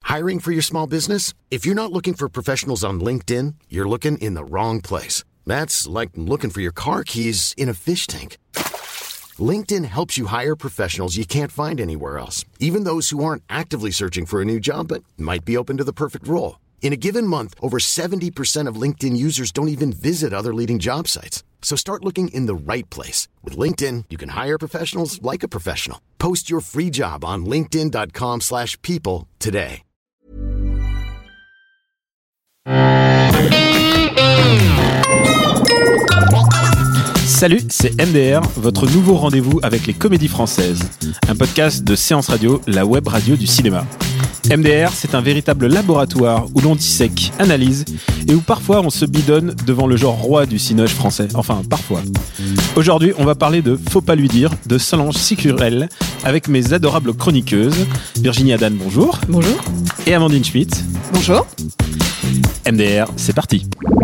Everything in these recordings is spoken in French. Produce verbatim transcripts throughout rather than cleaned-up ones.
Hiring for your small business? If you're not looking for professionals on LinkedIn, you're looking in the wrong place. That's like looking for your car keys in a fish tank. LinkedIn helps you hire professionals you can't find anywhere else, even those who aren't actively searching for a new job but might be open to the perfect role. In a given month, over seventy percent of LinkedIn users don't even visit other leading job sites. So start looking in the right place. With LinkedIn, you can hire professionals like a professional. Post your free job on linkedin.com slash people today. Salut, c'est M D R, votre nouveau rendez-vous avec les comédies françaises. Un podcast de Séance Radio, la web radio du cinéma. M D R, c'est un véritable laboratoire où l'on dissèque, analyse et où parfois on se bidonne devant le genre roi du cinoche français. Enfin, parfois. Aujourd'hui, on va parler de Faut pas lui dire, de Solange Sicurel, avec mes adorables chroniqueuses. Virginie Adan, bonjour. Bonjour. Et Amandine Schmitt. Bonjour. M D R, c'est parti.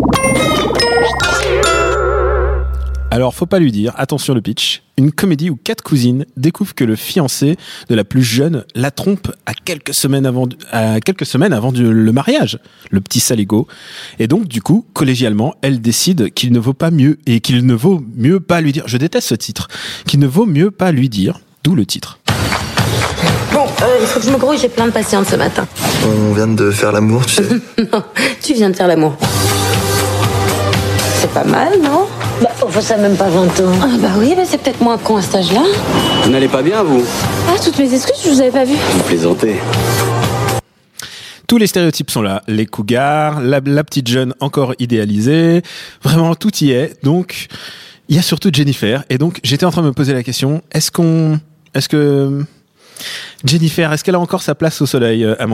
Alors, faut pas lui dire, attention le pitch, une comédie où quatre cousines découvrent que le fiancé de la plus jeune la trompe à quelques semaines avant, à quelques semaines avant du, le mariage, le petit saligo. Et donc, du coup, collégialement, elles décident qu'il ne vaut pas mieux, et qu'il ne vaut mieux pas lui dire, je déteste ce titre, qu'il ne vaut mieux pas lui dire, d'où le titre. Bon, euh, il faut que je me grouille, j'ai plein de patientes ce matin. On vient de faire l'amour, tu sais. Non, tu viens de faire l'amour. C'est pas mal, non? Bah, enfin, ça a même pas vingt ans. Ah bah oui, bah c'est peut-être moins con à cet âge-là. Vous n'allez pas bien, vous? Ah, toutes mes excuses, je vous avais pas vu. Vous plaisantez. Tous les stéréotypes sont là. Les cougars, la, la petite jeune encore idéalisée. Vraiment, tout y est. Donc, il y a surtout Jennifer. Et donc, j'étais en train de me poser la question, est-ce qu'on... Est-ce que... Jennifer, est-ce qu'elle a encore sa place au soleil, Amandine ?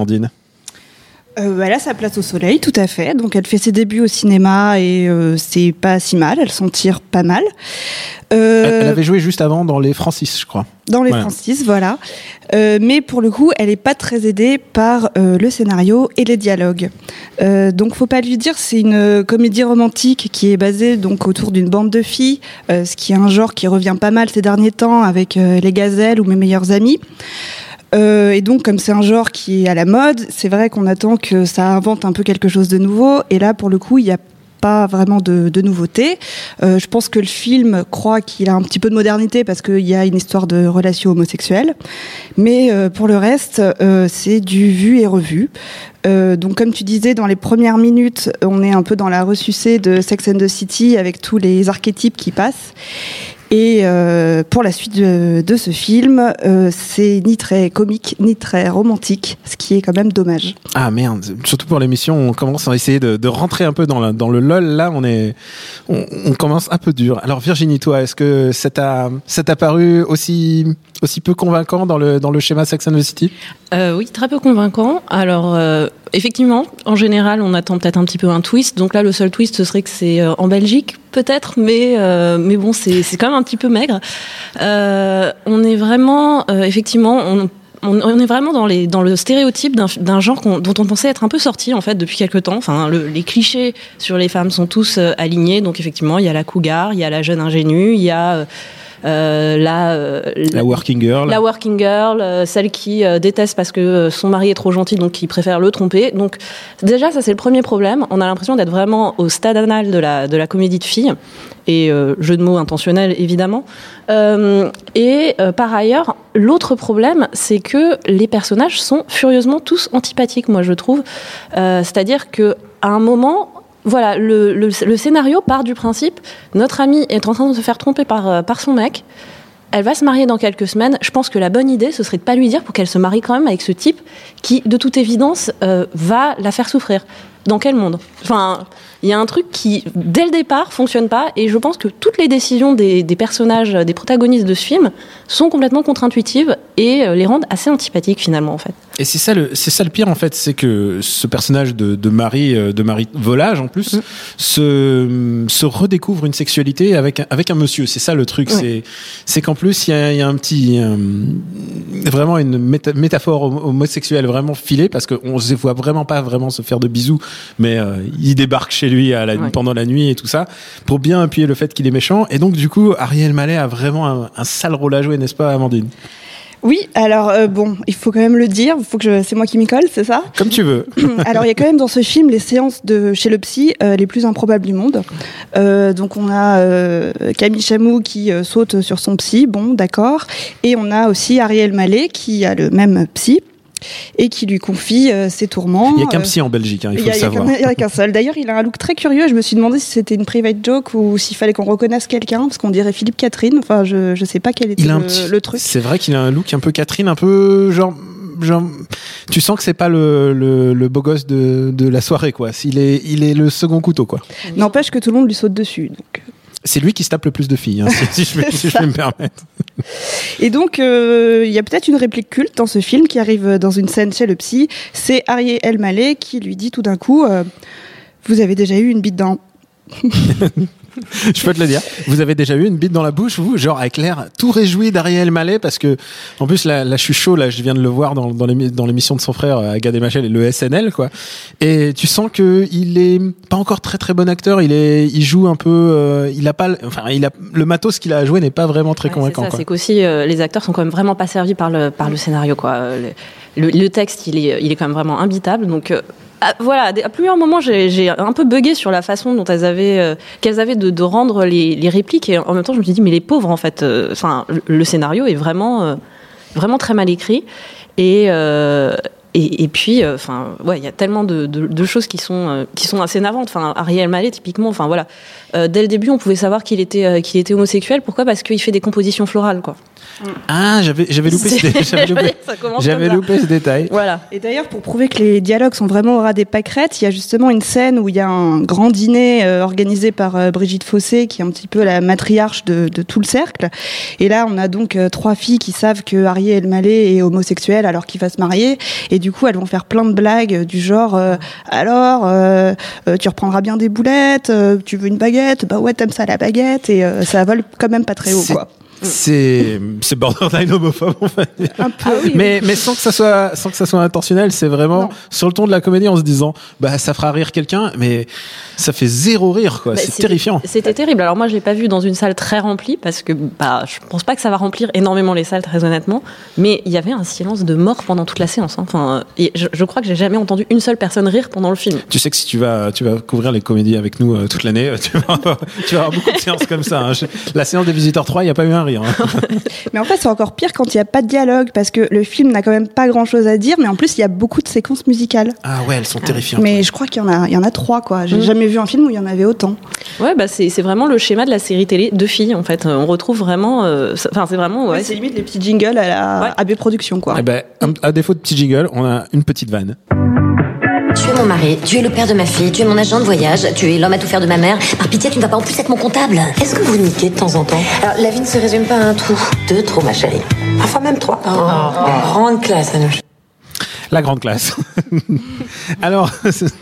Euh, elle a sa place au soleil, tout à fait. Donc elle fait ses débuts au cinéma et euh, c'est pas si mal, elle s'en tire pas mal. Euh, elle, elle avait joué juste avant dans Les Francis, je crois. Dans Les ouais. Francis, voilà. Euh, mais pour le coup, elle est pas très aidée par euh, le scénario et les dialogues. Euh, donc faut pas lui dire, c'est une comédie romantique qui est basée donc autour d'une bande de filles, euh, ce qui est un genre qui revient pas mal ces derniers temps avec euh, Les Gazelles ou Mes meilleurs amis. Euh, et donc, comme c'est un genre qui est à la mode, c'est vrai qu'on attend que ça invente un peu quelque chose de nouveau. Et là, pour le coup, il n'y a pas vraiment de, de nouveauté. Euh, je pense que le film croit qu'il a un petit peu de modernité parce qu'il y a une histoire de relation homosexuelle. Mais euh, pour le reste, euh, c'est du vu et revu. Euh, donc, comme tu disais, dans les premières minutes, on est un peu dans la ressucée de Sex and the City avec tous les archétypes qui passent. Et euh, pour la suite de, de ce film, euh, c'est ni très comique, ni très romantique, ce qui est quand même dommage. Ah merde, surtout pour l'émission, on commence à essayer de, de rentrer un peu dans, la, dans le lol. Là, on, est, on, on commence un peu dur. Alors Virginie, toi, est-ce que ça t'a, ça t'a paru aussi, aussi peu convaincant dans le, dans le schéma Sex and the City ? euh, Oui, très peu convaincant. Alors, euh, effectivement, en général, on attend peut-être un petit peu un twist. Donc là, le seul twist, ce serait que c'est euh, en Belgique, peut-être, mais, euh, mais bon, c'est, c'est quand même un petit peu maigre. Euh, on est vraiment, euh, effectivement, on, on, on est vraiment dans, les, dans le stéréotype d'un, d'un genre qu'on, dont on pensait être un peu sorti, en fait, depuis quelques temps. Enfin, le, les clichés sur les femmes sont tous euh, alignés. Donc, effectivement, il y a la cougar, il y a la jeune ingénue, il y a... Euh, Euh, la, euh, la working girl, la working girl, euh, celle qui euh, déteste parce que euh, son mari est trop gentil, donc qui préfère le tromper. Donc déjà, ça c'est le premier problème. On a l'impression d'être vraiment au stade anal de la de la comédie de filles et euh, jeu de mots intentionnel évidemment. Euh, et euh, par ailleurs, l'autre problème, c'est que les personnages sont furieusement tous antipathiques. Moi, je trouve. Euh, c'est-à-dire que à un moment Voilà, le, le, le scénario part du principe, notre amie est en train de se faire tromper par, par son mec, elle va se marier dans quelques semaines, je pense que la bonne idée, ce serait de pas lui dire pour qu'elle se marie quand même avec ce type qui, de toute évidence, euh, va la faire souffrir. Dans quel monde ? Enfin, il y a un truc qui, dès le départ, fonctionne pas, et je pense que toutes les décisions des, des personnages, des protagonistes de ce film sont complètement contre-intuitives et les rendent assez antipathiques finalement, en fait. Et c'est ça le, c'est ça le pire en fait, c'est que ce personnage de, de Marie, de Marie Volage en plus, mmh. se, se redécouvre une sexualité avec un, avec un monsieur. C'est ça le truc, ouais. c'est, c'est qu'en plus il y a, il y a un petit, un, vraiment une méta, métaphore homosexuelle vraiment filée parce qu'on se voit vraiment pas vraiment se faire de bisous, mais euh, il débarque chez lui à la, ouais. pendant la nuit et tout ça pour bien appuyer le fait qu'il est méchant. Et donc du coup, Ariel Mallet a vraiment un, un sale rôle à jouer, n'est-ce pas, Amandine ? Oui, alors euh, bon, il faut quand même le dire, faut que je... c'est moi qui m'y colle, c'est ça ? Comme tu veux. Alors il y a quand même dans ce film les séances de chez le psy euh, les plus improbables du monde. Euh, donc on a euh, Camille Chamou qui euh, saute sur son psy, bon d'accord, et on a aussi Ariel Mallet qui a le même psy et qui lui confie euh, ses tourments. Il n'y a qu'un psy en Belgique, hein, il faut il y a, le savoir. Il n'y a qu'un seul. D'ailleurs, il a un look très curieux. Je me suis demandé si c'était une private joke ou s'il fallait qu'on reconnaisse quelqu'un, parce qu'on dirait Philippe Catherine. Enfin, je ne sais pas quel était il a le, un petit... le truc. C'est vrai qu'il a un look un peu Catherine, un peu genre... Genre, tu sens que c'est pas le, le, le beau gosse de, de la soirée, quoi. Il est, il est le second couteau, quoi. N'empêche que tout le monde lui saute dessus. Donc... C'est lui qui se tape le plus de filles, hein, si, si, je, si je peux me permettre. Et donc, il euh, y a peut-être une réplique culte dans ce film qui arrive dans une scène chez le psy. C'est Ariel Mallet qui lui dit tout d'un coup euh, « Vous avez déjà eu une bite dans... » Je peux te le dire. Vous avez déjà eu une bite dans la bouche, vous, genre avec l'air tout réjoui d'Ariel Mallet, parce que en plus là, là je suis chaud, là je viens de le voir dans, dans, l'émi- dans l'émission de son frère à Gad Elmaleh et le S N L, quoi. Et tu sens que il est pas encore très très bon acteur. Il est, il joue un peu, euh, il a pas, enfin il a le matos qu'il a à jouer n'est pas vraiment très ouais, convaincant. C'est ça, quoi. c'est qu'aussi euh, les acteurs sont quand même vraiment pas servis par le par le scénario, quoi. Le, le, le texte, il est il est quand même vraiment imbitable, donc. Euh, Ah, voilà, à plusieurs moments, j'ai, j'ai un peu bugué sur la façon dont elles avaient, euh, qu'elles avaient de, de rendre les, les répliques, et en même temps, je me suis dit, mais les pauvres, en fait, enfin, euh, le, le scénario est vraiment, euh, vraiment très mal écrit, et euh, et, et puis, enfin, euh, ouais, il y a tellement de, de, de choses qui sont euh, qui sont assez navantes. Enfin, Ariel Mallet, typiquement, enfin voilà, euh, dès le début, on pouvait savoir qu'il était euh, qu'il était homosexuel. Pourquoi ? Parce qu'il fait des compositions florales, quoi. Ah, j'avais, j'avais loupé, ce, dé- j'avais loupé, j'avais loupé ce détail. Voilà. Et d'ailleurs, pour prouver que les dialogues sont vraiment au ras des pâquerettes, il y a justement une scène où il y a un grand dîner euh, organisé par euh, Brigitte Fossé, qui est un petit peu la matriarche de, de tout le cercle. Et là, on a donc euh, trois filles qui savent que Ariel Mallet est homosexuel alors qu'il va se marier. Et du coup, elles vont faire plein de blagues euh, du genre euh, alors, euh, euh, tu reprendras bien des boulettes, euh, tu veux une baguette, bah ouais, t'aimes ça la baguette. Et euh, ça vole quand même pas très haut, C'est... quoi. C'est, c'est borderline homophobe, en fait. Un peu. Ah oui. Mais, mais sans que ça soit, sans que ça soit intentionnel, c'est vraiment Non. sur le ton de la comédie en se disant, bah, ça fera rire quelqu'un, mais ça fait zéro rire, quoi. Bah, c'est c'était, terrifiant. C'était terrible. Alors moi, je l'ai pas vu dans une salle très remplie parce que bah, je pense pas que ça va remplir énormément les salles, très honnêtement. Mais il y avait un silence de mort pendant toute la séance. Hein. Enfin, et je, je crois que j'ai jamais entendu une seule personne rire pendant le film. Tu sais que si tu vas, tu vas couvrir les comédies avec nous euh, toute l'année, tu vas, avoir, tu vas avoir beaucoup de séances comme ça. Hein. Je- La séance des Visiteurs trois, il n'y a pas eu un rire. Hein. Mais en fait, c'est encore pire quand il n'y a pas de dialogue, parce que le film n'a quand même pas grand-chose à dire, mais en plus, il y a beaucoup de séquences musicales. Ah ouais, elles sont terrifiantes. Mais je crois qu'il y en a, il y en a trois, quoi. J'ai Mm. jamais vu un film où il y en avait autant. Ouais, bah c'est, c'est vraiment le schéma de la série télé de filles, en fait. On retrouve vraiment. euh, c'est- Enfin, c'est vraiment. Ouais, Ouais, c'est limite les petits jingles à la Ouais. A B Productions, quoi. Eh ben, à à défaut de petit jingle, on a une petite vanne. Tu es mon mari, tu es le père de ma fille, tu es mon agent de voyage, tu es l'homme à tout faire de ma mère. Par pitié, tu ne vas pas en plus être mon comptable. Est-ce que vous niquez de temps en temps? Alors, la vie ne se résume pas à un trou. Deux trop, ma chérie. Parfois même trois. Oh, grande classe, Anouche. La grande classe. Alors, c'est-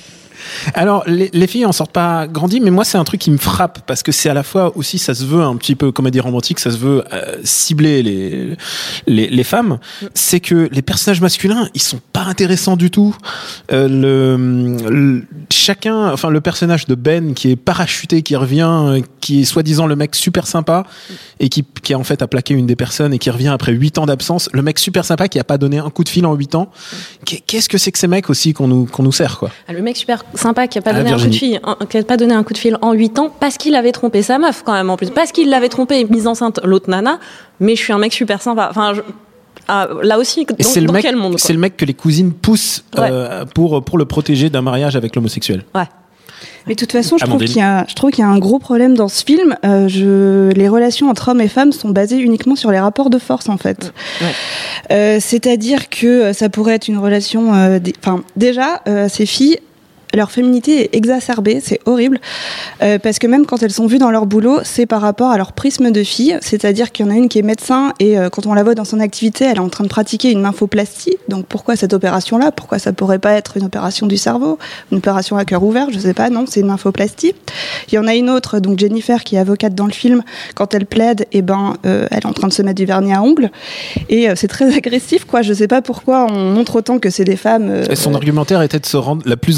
alors les, les filles en sortent pas grandies, mais moi c'est un truc qui me frappe parce que c'est à la fois aussi, ça se veut un petit peu comédie romantique, ça se veut euh, cibler les, les les femmes. C'est que les personnages masculins, ils sont pas intéressants du tout. Euh, le, le- chacun, enfin le personnage de Ben qui est parachuté, qui revient, euh, qui est soi-disant le mec super sympa et qui qui a en fait à plaquer une des personnes et qui revient après huit ans d'absence. Le mec super sympa qui a pas donné un coup de fil en huit ans. Qu'est-ce que c'est que ces mecs aussi qu'on nous qu'on nous sert, quoi. Ah, le mec super sympa qui a pas Ah, donné un coup de Virginie. fil, un- qui a pas donné un coup de fil en huit ans parce qu'il avait trompé sa meuf quand même en plus, parce qu'il l'avait trompé, mise enceinte l'autre nana. Mais je suis un mec super sympa. Enfin, je- ah, là aussi, dans, Et c'est le dans mec, quel monde, quoi. c'est le mec que les cousines poussent Ouais. euh, pour pour le protéger d'un mariage avec l'homosexuel. Ouais. Mais de toute façon, je trouve, Amandine. qu'il y a, je trouve qu'il y a un gros problème dans ce film. Euh, je, les relations entre hommes et femmes sont basées uniquement sur les rapports de force, en fait. Ouais. Euh, c'est-à-dire que euh, ça pourrait être une relation... euh, des- Enfin, déjà, euh, ces filles... Leur féminité est exacerbée, c'est horrible, euh, parce que même quand elles sont vues dans leur boulot, c'est par rapport à leur prisme de fille, c'est-à-dire qu'il y en a une qui est médecin et euh, quand on la voit dans son activité, elle est en train de pratiquer une nymphoplastie. Donc pourquoi cette opération-là ? Pourquoi ça pourrait pas être une opération du cerveau, une opération à cœur ouvert ? Je sais pas, non, c'est une nymphoplastie. Il y en a une autre, donc Jennifer, qui est avocate dans le film. Quand elle plaide, eh ben, euh, elle est en train de se mettre du vernis à ongles et euh, c'est très agressif, quoi. Je sais pas pourquoi on montre autant que c'est des femmes. Euh, Et son argumentaire était de se rendre la plus antipathique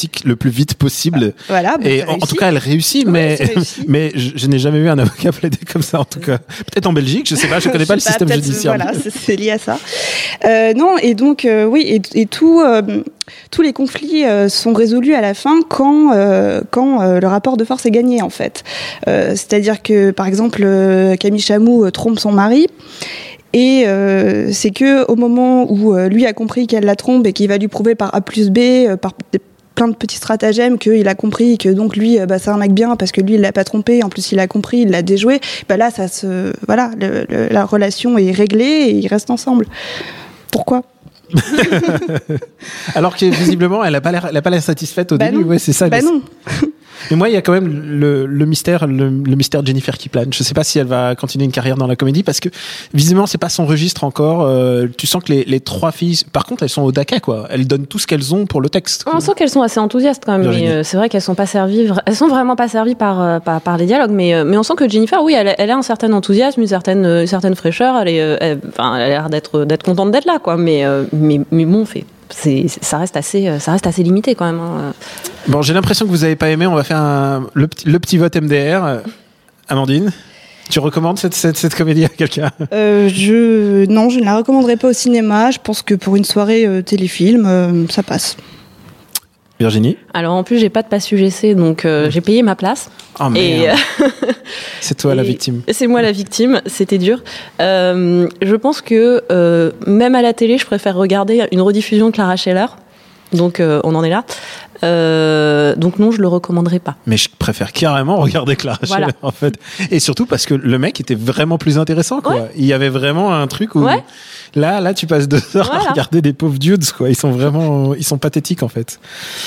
romantique le plus vite possible. Voilà. Bah, et en, en tout cas, elle réussit, oui, mais, réussi. mais je, je n'ai jamais vu un avocat plaider comme ça, en tout cas. Peut-être en Belgique, je sais pas, je connais pas le pas, système judiciaire. Voilà, c'est, c'est lié à ça. Euh, non, et donc, euh, oui, et, et tout, euh, tous les conflits euh, sont résolus à la fin quand, euh, quand euh, le rapport de force est gagné, en fait. Euh, c'est-à-dire que, par exemple, euh, Camille Chamou euh, trompe son mari. Et euh, c'est que au moment où euh, lui a compris qu'elle la trompe et qu'il va lui prouver par A plus B, euh, par des, plein de petits stratagèmes, qu'il a compris et que donc lui, euh, bah, c'est un mec bien parce que lui, il l'a pas trompé. En plus, il a compris, il l'a déjoué. Bah là, ça se, voilà, le, le, la relation est réglée et ils restent ensemble. Pourquoi ? Alors que visiblement, elle a pas l'air, elle a pas l'air satisfaite au bah début. Non. Ouais, c'est ça. Bah non. Mais moi, il y a quand même le, le mystère, le, le mystère Jennifer qui plane. Je sais pas si elle va continuer une carrière dans la comédie parce que visiblement, c'est pas son registre encore. Euh, tu sens que les, les trois filles, par contre, elles sont au Dakar, quoi. Elles donnent tout ce qu'elles ont pour le texte. On sent qu'elles sont assez enthousiastes quand même. Virginie. Mais euh, c'est vrai qu'elles sont pas servies, elles sont vraiment pas servies par euh, par, par les dialogues. Mais euh, mais on sent que Jennifer, oui, elle, elle a un certain enthousiasme, une certaine une certaine fraîcheur. Elle est, euh, elle, enfin, elle a l'air d'être d'être contente d'être là, quoi. Mais euh, mais mais bon, fait. C'est, ça reste assez, ça reste assez limité quand même. Hein. Bon, j'ai l'impression que vous avez pas aimé. On va faire un, le, le petit vote M D R. Amandine, tu recommandes cette, cette, cette comédie à quelqu'un ? euh, je, Non, je ne la recommanderais pas au cinéma. Je pense que pour une soirée euh, téléfilm, euh, ça passe. Virginie ? Alors en plus, j'ai pas de pass U G C, donc euh, j'ai payé ma place. Oh merde. Et, euh, c'est toi et la victime. C'est moi la victime, c'était dur. Euh, je pense que euh, même à la télé, je préfère regarder une rediffusion de Clara Scheller. Donc euh, on en est là. Euh, donc non, je le recommanderais pas. Mais je préfère carrément regarder Clara voilà. Scheller, en fait. Et surtout parce que le mec était vraiment plus intéressant, quoi. Ouais. Il y avait vraiment un truc où ouais. là, là, tu passes deux heures voilà. à regarder des pauvres dudes, quoi. Ils sont vraiment, ils sont pathétiques, en fait.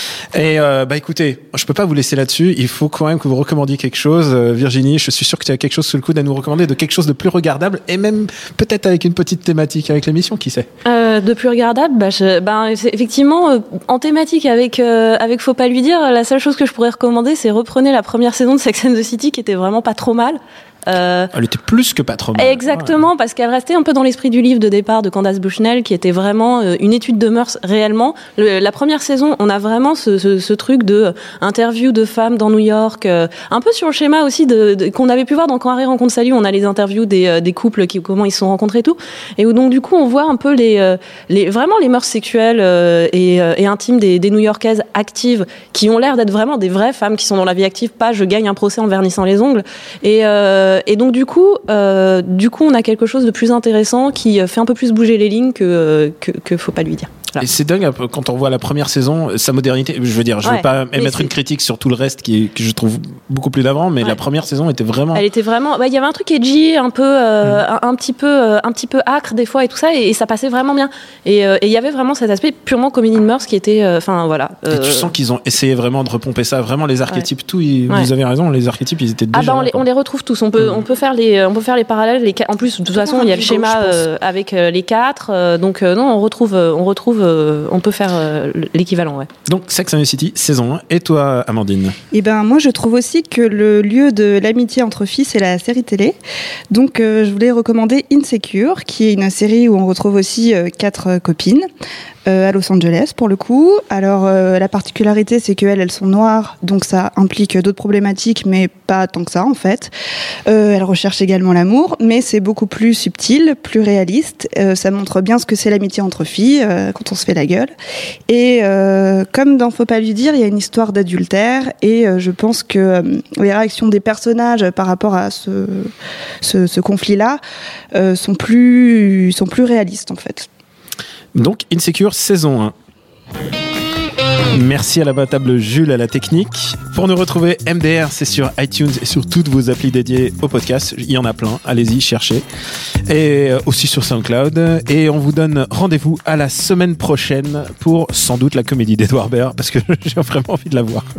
Et euh, bah écoutez, je peux pas vous laisser là-dessus. Il faut quand même que vous recommandiez quelque chose, euh, Virginie. Je suis sûr que tu as quelque chose sous le coude à nous recommander, de quelque chose de plus regardable et même peut-être avec une petite thématique avec l'émission, qui sait. Euh, de plus regardable, bah, je, bah c'est effectivement euh, en thématique avec euh, avec Faut pas lui dire. La seule chose que je pourrais recommander, c'est reprenez la première saison de Sex and the City, qui était vraiment pas trop mal. Euh, elle était plus que pas trop mal. Exactement, ouais. Parce qu'elle restait un peu dans l'esprit du livre de départ de Candace Bushnell, qui était vraiment euh, une étude de mœurs réellement. Le, la première saison, on a vraiment ce, ce, ce truc de euh, interview de femmes dans New York, euh, un peu sur le schéma aussi de, de, qu'on avait pu voir dans Quand Harry rencontre Sally, où on a les interviews des, euh, des couples, qui, comment ils se sont rencontrés et tout, et où donc du coup on voit un peu les, euh, les vraiment les mœurs sexuelles euh, et, euh, et intimes des, des New-Yorkaises actives, qui ont l'air d'être vraiment des vraies femmes qui sont dans la vie active, pas je gagne un procès en vernissant les ongles. Et euh, Et donc du coup, euh, du coup, on a quelque chose de plus intéressant qui fait un peu plus bouger les lignes que que, que faut pas lui dire. Voilà. Et c'est dingue quand on voit la première saison, sa modernité. Je veux dire, je ouais, veux pas émettre une critique sur tout le reste qui, que je trouve beaucoup plus d'avant, mais ouais. La première saison était vraiment. Elle était vraiment. Bah, il y avait un truc edgy, un peu, euh, mmh. un, un petit peu, euh, un petit peu âcre des fois et tout ça, et, et ça passait vraiment bien. Et il euh, y avait vraiment cet aspect purement comédie de mœurs qui était, enfin euh, voilà. Euh... Et tu sens qu'ils ont essayé vraiment de repomper ça, vraiment les archétypes, ouais. tout. Ils, ouais. Vous avez raison, les archétypes, ils étaient déjà. Ah bah on, là, les, on les retrouve tous. On peut, mmh. on peut faire les, on peut faire les parallèles. Les, en plus, de toute façon, il y a le schéma euh, avec euh, les quatre. Euh, donc euh, non, on retrouve, on retrouve, euh, on peut faire euh, l'équivalent, ouais. Donc Sex and the City, saison un. Et toi, Amandine ? Eh ben moi, je trouve aussi que le lieu de l'amitié entre filles, c'est la série télé. Donc euh, je voulais recommander Insecure, qui est une série où on retrouve aussi euh, quatre euh, copines. Euh, à Los Angeles pour le coup. Alors euh, la particularité, c'est qu'elles elles sont noires, donc ça implique d'autres problématiques, mais pas tant que ça en fait. Euh, elles recherchent également l'amour, mais c'est beaucoup plus subtil, plus réaliste. Euh, ça montre bien ce que c'est l'amitié entre filles euh, quand on se fait la gueule. Et euh, comme dans Faut pas lui dire, il y a une histoire d'adultère, et euh, je pense que euh, les réactions des personnages par rapport à ce, ce, ce conflit-là euh, sont plus, sont plus réalistes en fait. Donc, Insecure, saison un. Merci à la table Jules, à la technique. Pour nous retrouver, M D R, c'est sur iTunes et sur toutes vos applis dédiées au podcast. Il y en a plein, allez-y, cherchez. Et aussi sur SoundCloud. Et on vous donne rendez-vous à la semaine prochaine pour sans doute la comédie d'Edouard Baird, parce que j'ai vraiment envie de la voir.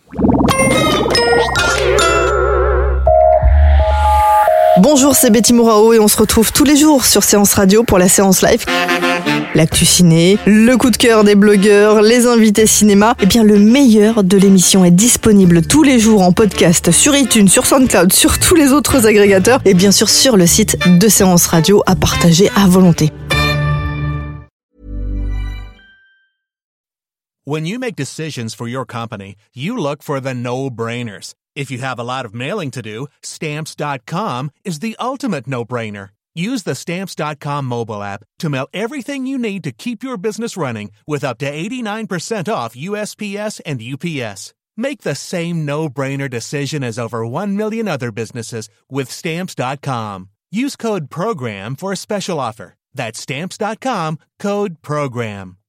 Bonjour, c'est Betty Mourao et on se retrouve tous les jours sur Séance Radio pour la séance live. L'actu ciné, le coup de cœur des blogueurs, les invités cinéma. Eh bien, le meilleur de l'émission est disponible tous les jours en podcast sur iTunes, sur SoundCloud, sur tous les autres agrégateurs et bien sûr sur le site de Séance Radio à partager à volonté. When you make decisions for your company, you look for the no-brainers. If you have a lot of mailing to do, Stamps dot com is the ultimate no-brainer. Use the Stamps dot com mobile app to mail everything you need to keep your business running with up to eighty-nine percent off U S P S and U P S. Make the same no-brainer decision as over one million other businesses with Stamps dot com. Use code PROGRAM for a special offer. That's Stamps dot com, code PROGRAM.